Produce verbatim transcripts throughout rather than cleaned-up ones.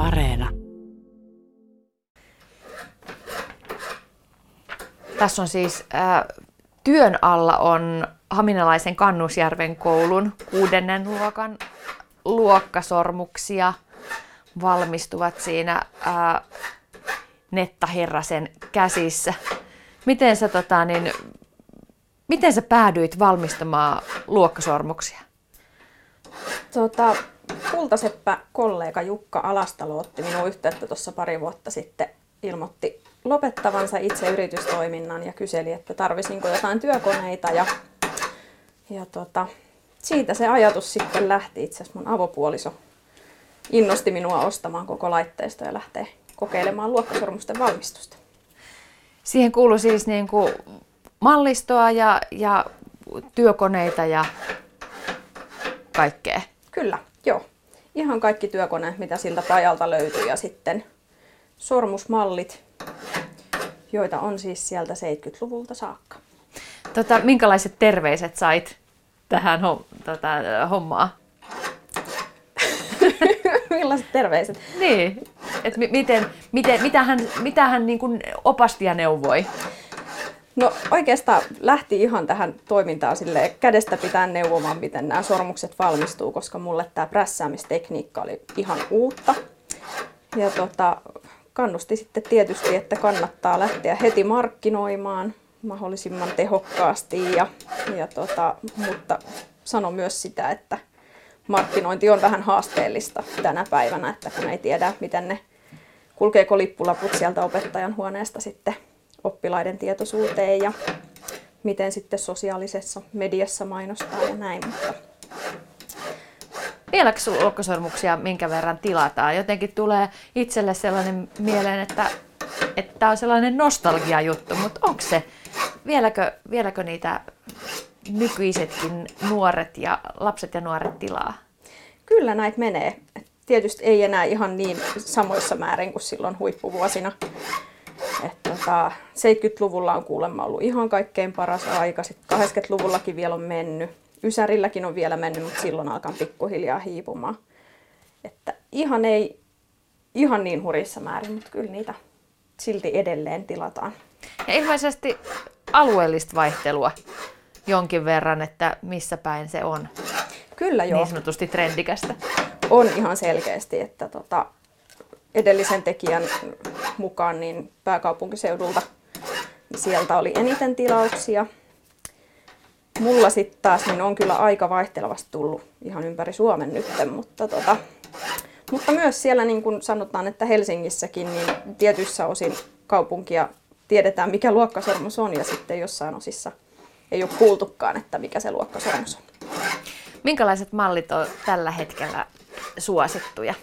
Areena. Tässä on siis äh, työn alla on haminalaisen Kannusjärven koulun kuudennen luokan luokkasormuksia. Valmistuvat siinä äh, Netta Herrasen käsissä. Miten sä, tota, niin, miten sä päädyit valmistamaan luokkasormuksia? Tota, kultaseppä kollega Jukka Alastalo otti minun yhteyttä tuossa pari vuotta sitten. Ilmoitti lopettavansa itse yritystoiminnan ja kyseli, että tarvisinko jotain työkoneita. Ja, ja tota, siitä se ajatus sitten lähti. Itse asiassa mun avopuoliso innosti minua ostamaan koko laitteisto ja lähtee kokeilemaan luokkasormusten valmistusta. Siihen kuului siis niin kuin mallistoa ja, ja työkoneita ja kaikkea. Kyllä, joo. Ihan kaikki työkoneet, mitä siltä pajalta löytyy, ja sitten sormusmallit, joita on siis sieltä seitsemänkymmentäluvulta saakka. Tota, minkälaiset terveiset sait tähän hom- tota, hommaan? Millaiset terveiset? Niin, että mi- miten, miten, mitä hän, mitä hän niin kuin opasti ja neuvoi? No oikeastaan lähti ihan tähän toimintaan silleen kädestä pitäen neuvomaan, miten nämä sormukset valmistuu, koska mulle tämä prässäämistekniikka oli ihan uutta. Ja tota, kannusti sitten tietysti, että kannattaa lähteä heti markkinoimaan mahdollisimman tehokkaasti, ja, ja tota, mutta sano myös sitä, että markkinointi on vähän haasteellista tänä päivänä, että kun ei tiedä, miten ne kulkeeko lippulaput sieltä opettajan huoneesta sitten oppilaiden tietoisuuteen ja miten sitten sosiaalisessa mediassa mainostaa ja näin. Mutta Vieläkö sinulla luokkasormuksia minkä verran tilataan? Jotenkin tulee itselle sellainen mieleen, että että tämä on sellainen nostalgia-juttu, mutta onko se, vieläkö, vieläkö niitä nykyisetkin nuoret ja lapset ja nuoret tilaa? Kyllä näitä menee. Tietysti ei enää ihan niin samoissa määrin kuin silloin huippuvuosina. Että tota, seitsemänkymmentäluvulla on kuulemma ollut ihan kaikkein paras aika, sitten kahdeksankymmentäluvullakin vielä on mennyt. Ysärilläkin on vielä mennyt, mutta silloin alkaa pikkuhiljaa hiipumaan. Että ihan ei ihan niin hurissa määrin, mutta kyllä niitä silti edelleen tilataan. Ja ilmeisesti alueellista vaihtelua jonkin verran, että missä päin se on. Kyllä joo. Niin sanotusti trendikästä. On ihan selkeästi, että tota, edellisen tekijän mukaan niin pääkaupunkiseudulta niin sieltä oli eniten tilauksia. Mulla sitten taas niin on kyllä aika vaihtelevasti tullut ihan ympäri Suomen nyt, mutta, tota, mutta myös siellä niin kuin sanotaan, että Helsingissäkin niin tietyissä osin kaupunkia tiedetään, mikä luokkasormus on, ja sitten jossain osissa ei ole kuultukaan, että mikä se luokkasormus on. Minkälaiset mallit on tällä hetkellä suosittuja?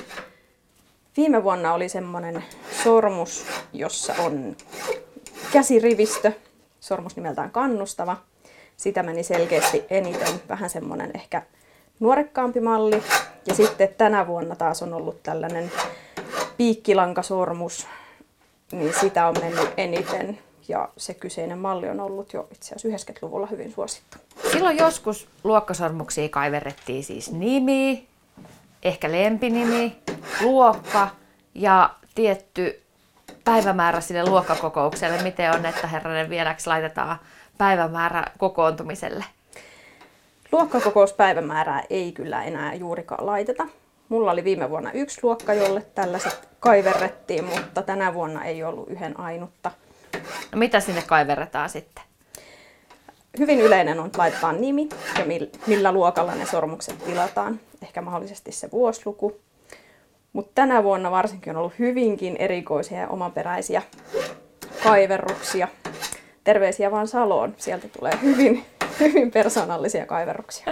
Viime vuonna oli semmoinen sormus, jossa on käsirivistö, sormus nimeltään Kannustava. Sitä meni selkeästi eniten, vähän semmoinen ehkä nuorekkaampi malli. Ja sitten tänä vuonna taas on ollut tällainen piikkilankasormus, niin sitä on mennyt eniten. Ja se kyseinen malli on ollut jo itse asiassa yhdeksänkymmentäluvulla hyvin suosittu. Silloin joskus luokkasormuksia kaiverrettiin siis nimi, ehkä lempinimi, luokka ja tietty päivämäärä sille luokkakokoukselle. Miten on, että herranen vieläks laitetaan päivämäärä kokoontumiselle? Luokkakokouspäivämäärää ei kyllä enää juurikaan laiteta. Mulla oli viime vuonna yksi luokka, jolle tällaiset kaiverrettiin, mutta tänä vuonna ei ollut yhden ainutta. No mitä sinne kaiverretaan sitten? Hyvin yleinen on, että laitetaan nimi ja millä luokalla ne sormukset tilataan. Ehkä mahdollisesti se vuosiluku. Mutta tänä vuonna varsinkin on ollut hyvinkin erikoisia ja omaperäisiä kaiverruksia. Terveisiä vaan Saloon. Sieltä tulee hyvin, hyvin persoonallisia kaiverruksia.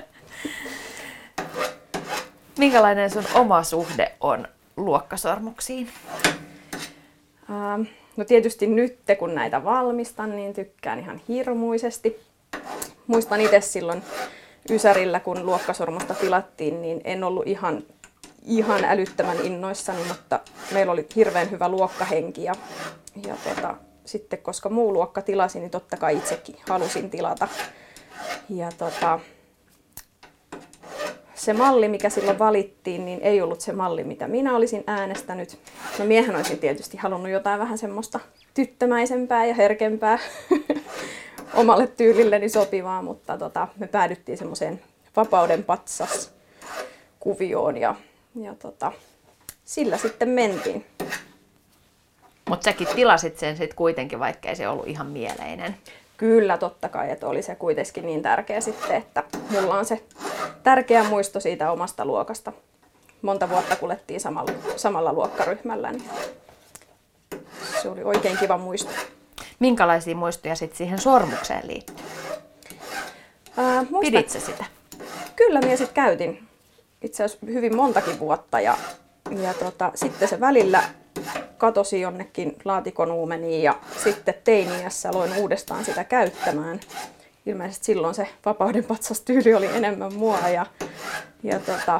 Minkälainen sun oma suhde on luokkasormuksiin? Ähm, no tietysti nyt, kun näitä valmistan, niin tykkään ihan hirmuisesti. Muistan itse silloin Ysärillä, kun luokkasormusta tilattiin, niin en ollut ihan, ihan älyttömän innoissani, mutta meillä oli hirveän hyvä luokkahenki. Ja, ja tota, sitten koska muu luokka tilasi, niin totta kai itsekin halusin tilata. Ja tota, se malli, mikä silloin valittiin, niin ei ollut se malli, mitä minä olisin äänestänyt. No miehen olisin tietysti halunnut jotain vähän semmoista tyttömäisempää ja herkempää omalle tyylilleni sopivaa, mutta tota, me päädyttiin semmoiseen Vapauden patsas kuvioon ja, ja tota, sillä sitten mentiin. Mutta säkin tilasit sen sitten kuitenkin, vaikka ei se ollut ihan mieleinen. Kyllä, totta kai, että oli se kuitenkin niin tärkeä sitten, että mulla on se tärkeä muisto siitä omasta luokasta. Monta vuotta kuljettiin samalla, samalla luokkaryhmällä, niin se oli oikein kiva muisto. Minkälaisia muistoja sitten siihen sormukseen liittyy? Ää, muistan, Piditkö sitä? Kyllä, minä sitten käytin itse asiassa hyvin montakin vuotta ja, ja tota, sitten se välillä katosi jonnekin laatikon uumeniin ja sitten teiniässä aloin uudestaan sitä käyttämään. Ilmeisesti silloin se Vapauden patsastyyli oli enemmän mua ja, ja tota,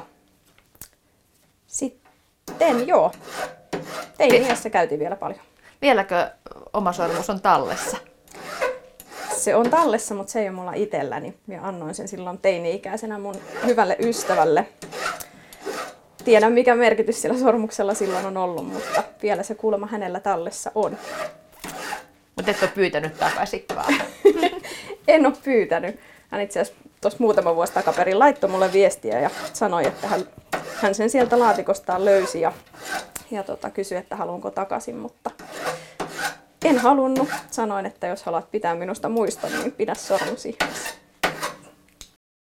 sitten joo, teiniässä käytiin vielä paljon. Vieläkö oma sormus on tallessa? Se on tallessa, mutta se ei ole mulla itselläni. Ja annoin sen silloin teini-ikäisenä mun hyvälle ystävälle. Tiedän, mikä merkitys sillä sormuksella silloin on ollut, mutta vielä se kuulemma hänellä tallessa on. Mutta et ole pyytänyt takaisinkaan. En ole pyytänyt. Hän itse asiassa tuossa muutama vuosi takaperin laittoi mulle viestiä ja sanoi, että hän, hän sen sieltä laatikostaan löysi ja, ja tota, kysyi, että haluanko takaisin, mutta en halunnut. Sanoin, että jos haluat pitää minusta muiston, niin pidä sormus ihmeessä.